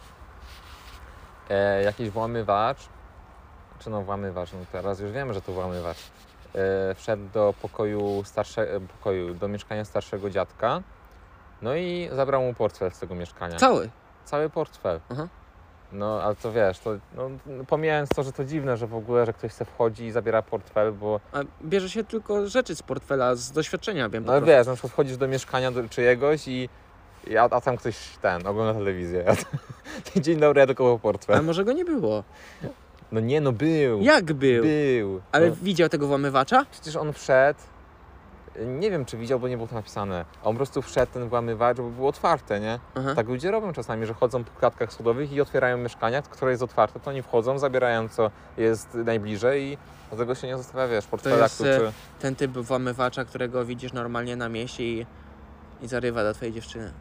Speaker 1: e, jakiś włamywacz, czy no włamywacz, no teraz już wiemy, że to włamywacz, e, wszedł do pokoju starszego, pokoju, do mieszkania starszego dziadka, no i zabrał mu portfel z tego mieszkania.
Speaker 2: Cały.
Speaker 1: Cały portfel.
Speaker 2: Aha.
Speaker 1: No, ale to wiesz, to no, pomijając to, że to dziwne, że w ogóle, że ktoś se wchodzi i zabiera portfel, bo
Speaker 2: A bierze się tylko rzeczy z portfela, z doświadczenia, wiem. po
Speaker 1: no
Speaker 2: prostu.
Speaker 1: wiesz, na przykład wchodzisz do mieszkania do czyjegoś i, i a, a tam ktoś ten, ogląda telewizję. Dzień dobry, ja tylko
Speaker 2: Ale
Speaker 1: portfel.
Speaker 2: może go nie było.
Speaker 1: No nie, no był.
Speaker 2: Jak był?
Speaker 1: Był.
Speaker 2: Ale
Speaker 1: No,
Speaker 2: widział tego włamywacza?
Speaker 1: przecież on wszedł, nie wiem czy widział, bo nie było to napisane. On po prostu wszedł, ten włamywacz, bo było otwarte, nie?
Speaker 2: Aha.
Speaker 1: Tak ludzie robią czasami, że chodzą po klatkach schodowych i otwierają mieszkania, które jest otwarte, to oni wchodzą, zabierają co jest najbliżej i dlatego się nie zostawia, wiesz, portfela,
Speaker 2: jest,
Speaker 1: kluczy.
Speaker 2: Ten typ włamywacza, którego widzisz normalnie na mieście i, i zarywa do twojej dziewczyny.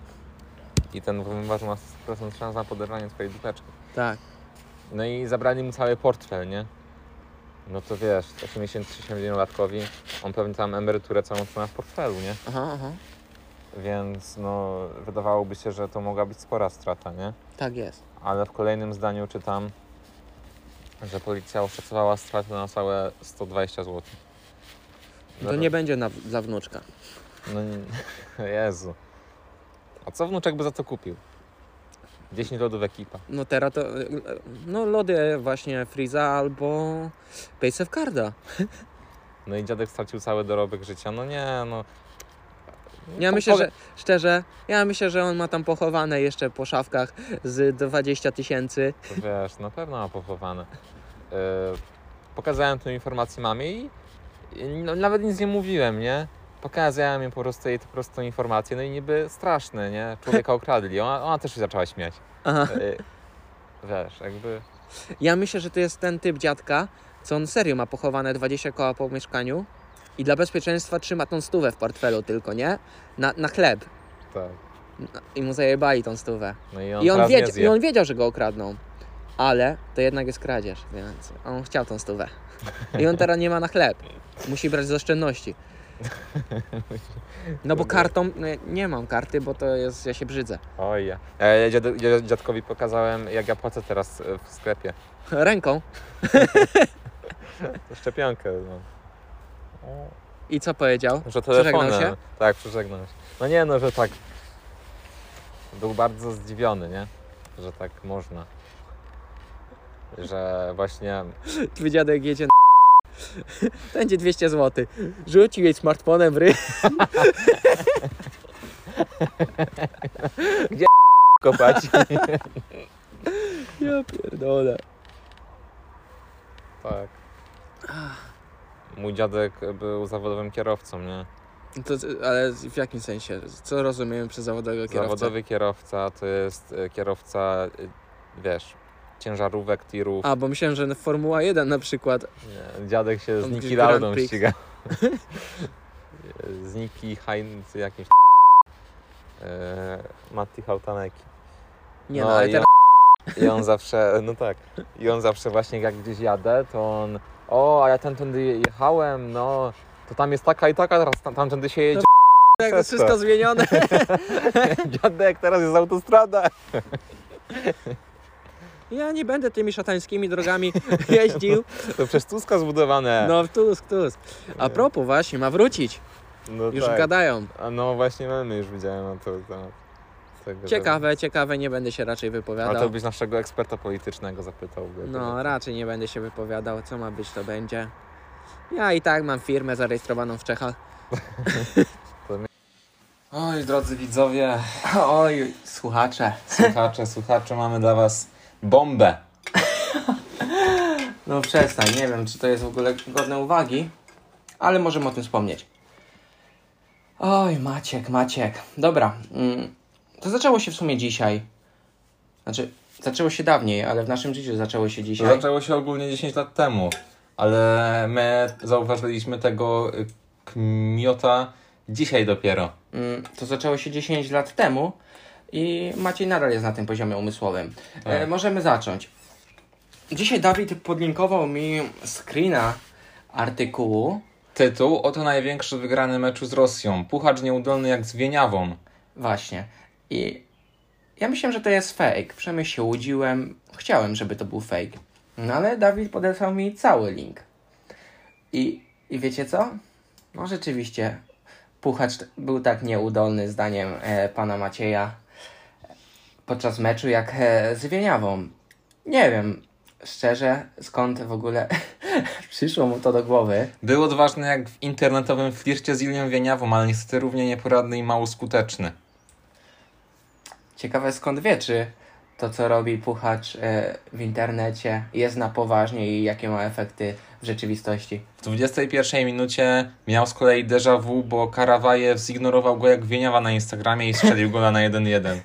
Speaker 1: I ten włamywacz ma sto procent szans na poderwanie twojej dupeczki.
Speaker 2: Tak.
Speaker 1: No i zabrali mu cały portfel, nie? No to wiesz, osiemdziesięciolatkowi, on pewnie tam emeryturę całą ma w portfelu, nie?
Speaker 2: Aha, aha.
Speaker 1: Więc no, wydawałoby się, że to mogła być spora strata, nie?
Speaker 2: Tak jest.
Speaker 1: Ale w kolejnym zdaniu czytam, że policja oszacowała straty na całe sto dwadzieścia złotych.
Speaker 2: To nie będzie na, dla wnuczka.
Speaker 1: No nie- Jezu. A co wnuczek by za to kupił? dziesięć lodów ekipa.
Speaker 2: No teraz to, no lody właśnie Freeza albo Paysafe Carda.
Speaker 1: No i dziadek stracił cały dorobek życia. No nie, no.
Speaker 2: Ja
Speaker 1: Po-
Speaker 2: myślę,
Speaker 1: powie-
Speaker 2: że, szczerze, ja myślę, że on ma tam pochowane jeszcze po szafkach z dwadzieścia tysięcy.
Speaker 1: To wiesz, na pewno ma pochowane. Yy, pokazałem tę informację mamie i, i no, nawet nic nie mówiłem, nie? Pokazałem jej po prostu jej po prostu tą informację, no i niby straszne, nie? Człowieka okradli. Ona, ona też się zaczęła śmiać.
Speaker 2: Aha.
Speaker 1: Yy, wiesz, jakby...
Speaker 2: Ja myślę, że to jest ten typ dziadka, co on serio ma pochowane dwadzieścia koła po mieszkaniu i dla bezpieczeństwa trzyma tą stówę w portfelu tylko, nie? Na, na chleb.
Speaker 1: Tak.
Speaker 2: I mu zajebali tą stówę.
Speaker 1: No i on,
Speaker 2: I on,
Speaker 1: teraz nie
Speaker 2: wiedział,
Speaker 1: zje.
Speaker 2: I on wiedział, że go okradną. Ale to jednak jest kradzież, więc on chciał tą stówę. I on teraz nie ma na chleb. Musi brać z oszczędności. No bo kartą, no ja nie mam karty, bo to jest, ja się brzydzę.
Speaker 1: Oj, ja. Ja dziad, dziad, dziadkowi pokazałem, jak ja płacę teraz e, w sklepie.
Speaker 2: Ręką.
Speaker 1: To szczepionkę, no.
Speaker 2: I co powiedział?
Speaker 1: Że
Speaker 2: Przeżegnał
Speaker 1: telefonem.
Speaker 2: się?
Speaker 1: Tak, przeżegnał się. No nie, no, że tak. Był bardzo zdziwiony, nie? Że tak można. Że właśnie...
Speaker 2: Twój dziadek jedzie na będzie dwieście złotych. Rzucił jej smartfonem w ryj.
Speaker 1: Gdzie kopać?
Speaker 2: Ja pierdolę.
Speaker 1: Tak. Mój dziadek był zawodowym kierowcą, nie?
Speaker 2: To, ale w jakim sensie? Co rozumiemy przez zawodowego kierowcę?
Speaker 1: Zawodowy kierowca to jest e, kierowca, e, wiesz, ciężarówek, tirów.
Speaker 2: A, bo myślałem, że Formuła jeden na przykład.
Speaker 1: Nie, dziadek się z
Speaker 2: On
Speaker 1: Niki
Speaker 2: gdzieś Grand
Speaker 1: Laudą
Speaker 2: Prix.
Speaker 1: ściga. Z Niki Heinz jakimś e, Matti Hautaneki.
Speaker 2: Nie
Speaker 1: No
Speaker 2: no, ale
Speaker 1: i
Speaker 2: teraz
Speaker 1: I on zawsze, no tak, i on zawsze właśnie jak gdzieś jadę, to on, o, a ja tamtędy jechałem, no, to tam jest taka i taka, teraz tam, tamtędy się jedzie.
Speaker 2: jak to jest wszystko zmienione.
Speaker 1: Dziadek, teraz jest autostrada.
Speaker 2: Ja nie będę tymi szatańskimi drogami jeździł.
Speaker 1: To przez Tuska zbudowane.
Speaker 2: No tusk, tusk. A propos właśnie, ma wrócić.
Speaker 1: no
Speaker 2: Już
Speaker 1: tak.
Speaker 2: gadają.
Speaker 1: A no właśnie mamy już widziałem na to temat. Tego,
Speaker 2: Ciekawe, ciekawe, nie będę się raczej
Speaker 1: że... Ale
Speaker 2: wypowiadał.
Speaker 1: to byś naszego eksperta politycznego zapytał. bo-
Speaker 2: No, raczej nie będę się wypowiadał. Co ma być, to będzie. Ja i tak mam firmę zarejestrowaną w Czechach.
Speaker 1: Oj, drodzy widzowie,
Speaker 2: Oj, słuchacze.
Speaker 1: słuchacze, słuchacze, mamy dla was bombę.
Speaker 2: No przestań, nie wiem, czy to jest w ogóle godne uwagi, ale możemy o tym wspomnieć. Oj, Maciek, Maciek. Dobra, mm, to zaczęło się w sumie dzisiaj. Znaczy, zaczęło się dawniej, ale w naszym życiu zaczęło się
Speaker 1: To
Speaker 2: dzisiaj.
Speaker 1: zaczęło się ogólnie dziesięć lat temu, ale my zauważyliśmy tego y, kmiota dzisiaj dopiero.
Speaker 2: Mm, to zaczęło się dziesięć lat temu i Maciej nadal jest na tym poziomie umysłowym. E,
Speaker 1: Tak.
Speaker 2: możemy zacząć. Dzisiaj Dawid podlinkował mi screena artykułu.
Speaker 1: Tytuł: Oto największy wygrany meczu z Rosją. Puchacz nieudolny jak z Wieniawą.
Speaker 2: Właśnie. I ja myślałem, że to jest fake. Przynajmniej się łudziłem. Chciałem, żeby to był fake. No ale Dawid podesłał mi cały link. I, i wiecie co? No rzeczywiście. Puchacz był tak nieudolny zdaniem e, pana Macieja podczas meczu jak e, z Wieniawą. Nie wiem szczerze skąd w ogóle przyszło mu to do głowy.
Speaker 1: Był odważny jak w internetowym flircie z Ilią Wieniawą, ale niestety równie nieporadny i mało skuteczny.
Speaker 2: Ciekawe skąd wie, czy to co robi Puchacz e, w internecie jest na poważnie i jakie ma efekty w rzeczywistości.
Speaker 1: W dwudziestej pierwszej minucie miał z kolei déjà vu, bo Karawajew zignorował go jak Wieniawa na Instagramie i strzelił gola na jeden jeden.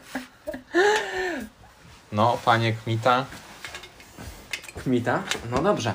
Speaker 1: No, panie Kmita.
Speaker 2: Kmita? No dobrze.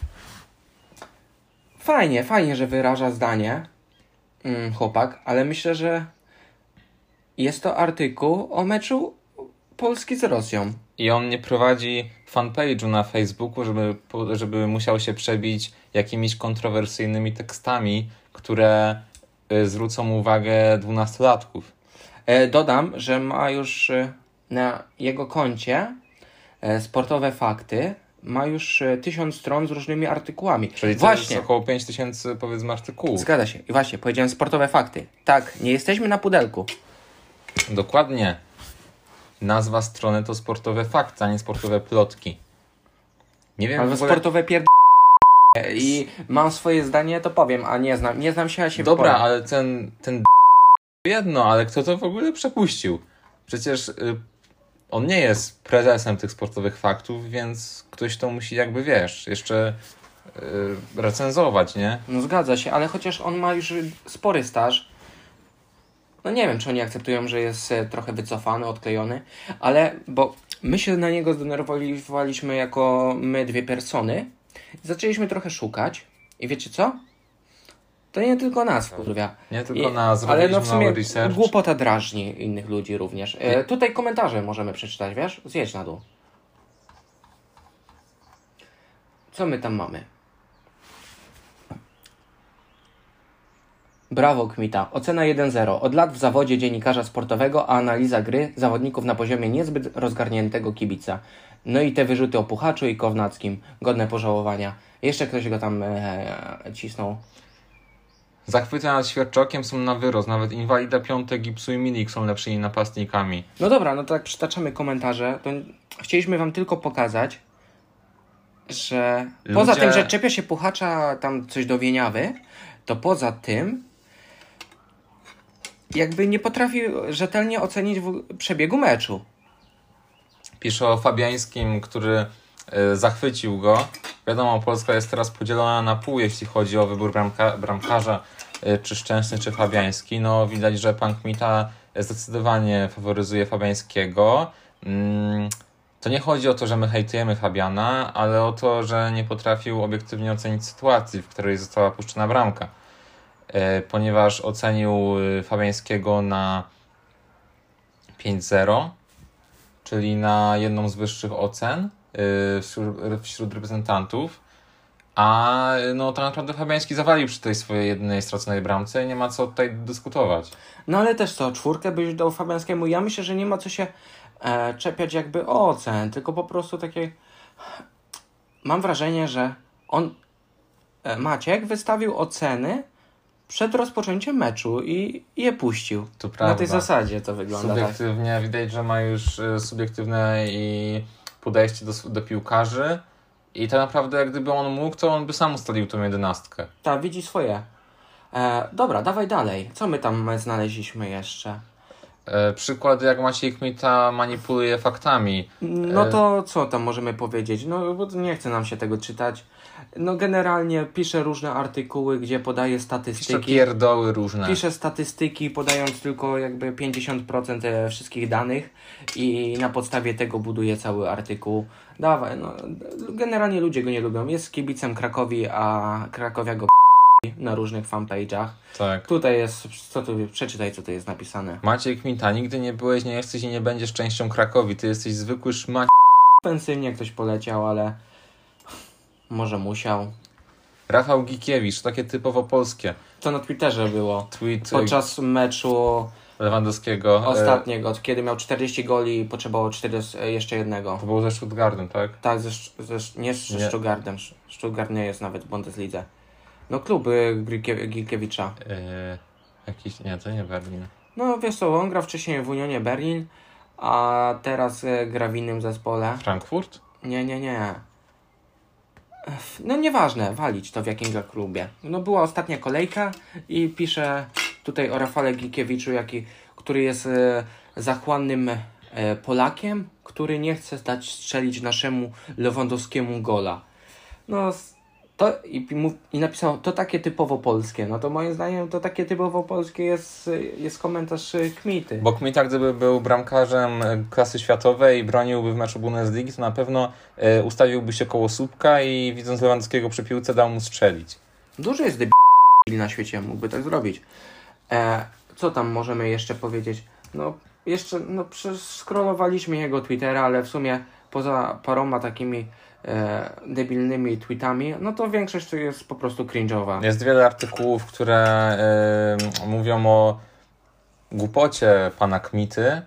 Speaker 2: Fajnie, fajnie, że wyraża zdanie mm, chłopak, ale myślę, że jest to artykuł o meczu Polski z Rosją.
Speaker 1: I on nie prowadzi fanpage'u na Facebooku, żeby, żeby musiał się przebić jakimiś kontrowersyjnymi tekstami, które y, zwrócą uwagę dwunastolatków.
Speaker 2: E, dodam, że ma już e, na jego koncie e, sportowe fakty, ma już e, tysiąc stron z różnymi artykułami.
Speaker 1: Czyli to
Speaker 2: Właśnie.
Speaker 1: jest około pięć tysięcy, powiedzmy, artykułów.
Speaker 2: Zgadza się. I właśnie, powiedziałem sportowe fakty. Tak, nie jesteśmy na pudelku.
Speaker 1: Dokładnie. Nazwa strony to sportowe fakty, a nie sportowe plotki. Nie wiem
Speaker 2: Albo
Speaker 1: w ogóle...
Speaker 2: sportowe pierd... I mam swoje zdanie, to powiem, a nie znam, nie znam się, a się
Speaker 1: Dobra,
Speaker 2: wypowiem.
Speaker 1: ale ten, ten jedno, ale kto to w ogóle przepuścił? Przecież y, on nie jest prezesem tych sportowych faktów, więc ktoś to musi jakby, wiesz, jeszcze y, recenzować, nie?
Speaker 2: No zgadza się, ale chociaż on ma już spory staż, no nie wiem, czy oni akceptują, że jest e, trochę wycofany, odklejony, ale, bo my się na niego zdenerwowaliśmy jako my dwie persony, zaczęliśmy trochę szukać i wiecie co? To nie tylko nas wkurwia.
Speaker 1: Nie tylko
Speaker 2: I-
Speaker 1: nas,
Speaker 2: ale
Speaker 1: zrobiliśmy
Speaker 2: no w sumie
Speaker 1: mały research.
Speaker 2: głupota drażni innych ludzi również. E, tutaj komentarze możemy przeczytać, wiesz? Zjedź na dół. Co my tam mamy? Brawo Kmita. Ocena jeden zero. Od lat w zawodzie dziennikarza sportowego, a analiza gry zawodników na poziomie niezbyt rozgarniętego kibica. No i te wyrzuty o Puchaczu i Kownackim. Godne pożałowania. Jeszcze ktoś go tam e, cisnął.
Speaker 1: Zachwyty nad Świerczokiem są na wyrost. Nawet Inwalida Piątek, Gipsu i Milik są lepszymi napastnikami.
Speaker 2: No dobra, no to tak przytaczamy komentarze. To chcieliśmy wam tylko pokazać, że poza
Speaker 1: Ludzie-
Speaker 2: tym, że czepia się Puchacza tam coś do Wieniawy, to poza tym jakby nie potrafi rzetelnie ocenić w przebiegu meczu.
Speaker 1: Pisze o Fabiańskim, który y, zachwycił go. Wiadomo, Polska jest teraz podzielona na pół, jeśli chodzi o wybór bramka, bramkarza, y, czy Szczęsny, czy Fabiański. No widać, że pan Kmita zdecydowanie faworyzuje Fabiańskiego. Mm, to nie chodzi o to, że my hejtujemy Fabiana, ale o to, że nie potrafił obiektywnie ocenić sytuacji, w której została puszczona bramka. Y, ponieważ ocenił y, Fabiańskiego na pięć zero, czyli na jedną z wyższych ocen yy, wśród, wśród reprezentantów, a no tak naprawdę Fabiański zawalił przy tej swojej jedynej straconej bramce i nie ma co tutaj dyskutować.
Speaker 2: No ale też co, czwórkę byś dał Fabiańskiemu? Ja myślę, że nie ma co się e, czepiać jakby o ocen, tylko po prostu takie... Mam wrażenie, że on, e, Maciek, wystawił oceny przed rozpoczęciem meczu i je puścił.
Speaker 1: To
Speaker 2: Na
Speaker 1: prawda.
Speaker 2: tej zasadzie to wygląda, tak.
Speaker 1: Subiektywnie widać, że ma już y, subiektywne i podejście do, do piłkarzy i tak naprawdę jak gdyby on mógł, to on by sam ustalił tą jedenastkę.
Speaker 2: Tak, widzi swoje. E, dobra, dawaj dalej. Co my tam znaleźliśmy jeszcze?
Speaker 1: E, przykład jak Maciej Kmita manipuluje faktami.
Speaker 2: No to co tam możemy powiedzieć? No bo nie chce nam się tego czytać. No generalnie pisze różne artykuły, gdzie podaje
Speaker 1: Pisze
Speaker 2: statystyki.
Speaker 1: pierdoły różne.
Speaker 2: Pisze statystyki, podając tylko jakby pięćdziesiąt procent wszystkich danych i na podstawie tego buduje cały artykuł. Dawaj, no generalnie ludzie go nie lubią. Jest kibicem Krakowi, a Krakowia go na różnych fanpage'ach.
Speaker 1: Tak.
Speaker 2: Tutaj jest, co tu, przeczytaj co tu jest napisane.
Speaker 1: Maciej Kmita, nigdy nie byłeś, nie jesteś i nie będziesz częścią Krakowi. Ty jesteś zwykły szmac.
Speaker 2: Ofensywnie ktoś poleciał, ale może musiał.
Speaker 1: Rafał Gikiewicz, takie typowo polskie.
Speaker 2: To na Twitterze było.
Speaker 1: Tweet
Speaker 2: Podczas meczu
Speaker 1: Lewandowskiego.
Speaker 2: ostatniego, kiedy miał czterdzieści goli i potrzebował czterdzieści, jeszcze jednego.
Speaker 1: To było ze Stuttgartem, tak?
Speaker 2: Tak, ze, ze, nie z
Speaker 1: Nie.
Speaker 2: Stuttgartem. Stuttgart nie jest nawet w Bundeslidze. No klub y, Gikie- Gikiewicza.
Speaker 1: Yy, jakiś, nie, to nie Berlin.
Speaker 2: No wiesz co, on grał wcześniej w Unionie Berlin, a teraz y, gra w innym zespole.
Speaker 1: Frankfurt?
Speaker 2: Nie, nie, nie. No nieważne, walić to w jakim gra klubie. No była ostatnia kolejka i pisze tutaj o Rafale Gikiewiczu, jaki, który jest e, zachłannym e, Polakiem, który nie chce dać strzelić naszemu Lewandowskiemu gola. No s- to i, i mów- i napisał, to takie typowo polskie. No to moim zdaniem to takie typowo polskie jest, jest komentarz e, Kmity.
Speaker 1: Bo Kmita, gdyby był bramkarzem e, klasy światowej i broniłby w meczu Bundesligi, to na pewno e, ustawiłby się koło słupka i widząc Lewandowskiego przy piłce dał mu strzelić.
Speaker 2: Dużo jest debil na świecie, mógłby tak zrobić. E, co tam możemy jeszcze powiedzieć? No, jeszcze, no, przeskrolowaliśmy jego Twittera, ale w sumie poza paroma takimi e, debilnymi tweetami, no to większość to jest po prostu cringe'owa.
Speaker 1: Jest wiele artykułów, które e, mówią o głupocie pana Kmity. E,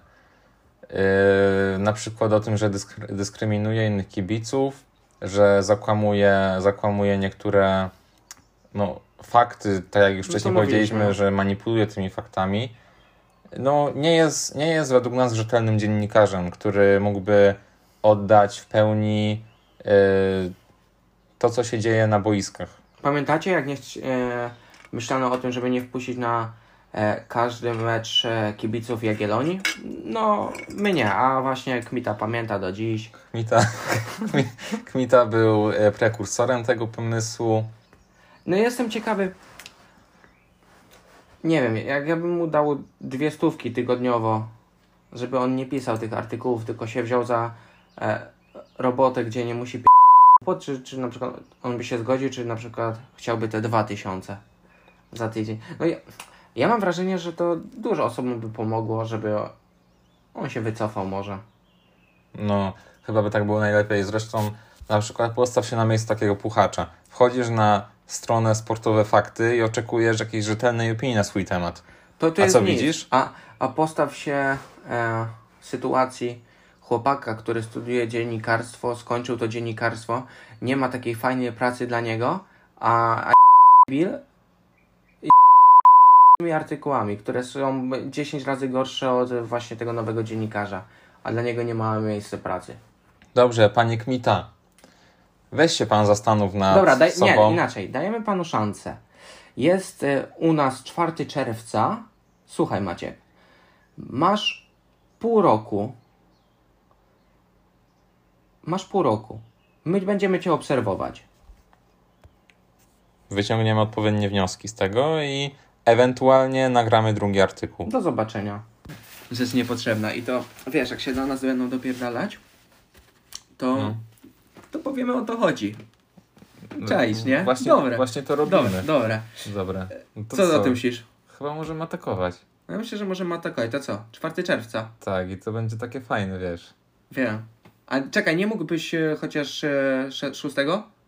Speaker 1: na przykład o tym, że dysk- dyskryminuje innych kibiców, że zakłamuje, zakłamuje niektóre no, fakty, tak jak już
Speaker 2: No to
Speaker 1: wcześniej
Speaker 2: mówiliśmy,
Speaker 1: powiedzieliśmy,
Speaker 2: no.
Speaker 1: że manipuluje tymi faktami. No, nie jest, nie jest według nas rzetelnym dziennikarzem, który mógłby oddać w pełni e, to, co się dzieje na boiskach.
Speaker 2: Pamiętacie, jak nie chci- e, myślano o tym, żeby nie wpuścić na e, każdy mecz e, kibiców Jagiellonii? No, my nie, a właśnie Kmita pamięta do dziś.
Speaker 1: Kmita, Kmita był e, prekursorem tego pomysłu.
Speaker 2: No jestem ciekawy, nie wiem, jak ja bym mu dał dwie stówki tygodniowo, żeby on nie pisał tych artykułów, tylko się wziął za e, robotę, gdzie nie musi p***, czy, czy na przykład on by się zgodził, czy na przykład chciałby te dwa tysiące za tydzień. No ja, ja mam wrażenie, że to dużo osobom by pomogło, żeby on się wycofał może.
Speaker 1: No, chyba by tak było najlepiej. Zresztą na przykład postaw się na miejsce takiego puchacza. Wchodzisz na stronę Sportowe Fakty i oczekujesz jakiejś rzetelnej opinii na swój temat.
Speaker 2: To, to
Speaker 1: A
Speaker 2: jest
Speaker 1: co
Speaker 2: nic.
Speaker 1: widzisz?
Speaker 2: A, a postaw się e, w sytuacji chłopaka, który studiuje dziennikarstwo, skończył to dziennikarstwo, nie ma takiej fajnej pracy dla niego, a, a Bill i artykułami, które są dziesięć razy gorsze od właśnie tego nowego dziennikarza, a dla niego nie ma miejsca pracy.
Speaker 1: Dobrze, panie Kmita, weź się pan zastanów nad
Speaker 2: Dobra, daj,
Speaker 1: sobą.
Speaker 2: nie, inaczej, dajemy panu szansę. Jest e, u nas czwartego czerwca. Słuchaj, Maciek, masz pół roku. Masz pół roku. My będziemy cię obserwować.
Speaker 1: Wyciągniemy odpowiednie wnioski z tego i ewentualnie nagramy drugi artykuł.
Speaker 2: Do zobaczenia. Że jest niepotrzebna i to, wiesz, jak się do nas będą dopierdalać, to,
Speaker 1: No.
Speaker 2: to powiemy, o to chodzi. Czaisz, nie?
Speaker 1: Właśnie,
Speaker 2: Dobre.
Speaker 1: właśnie to robimy.
Speaker 2: Dobre, dobre.
Speaker 1: Dobra. No to
Speaker 2: Co za tym myślisz?
Speaker 1: Chyba możemy atakować.
Speaker 2: Ja myślę, że możemy atakować. To co? czwartego czerwca.
Speaker 1: Tak, i to będzie takie fajne, wiesz.
Speaker 2: Wiem. A czekaj, nie mógłbyś e, chociaż e, sze- szóstego?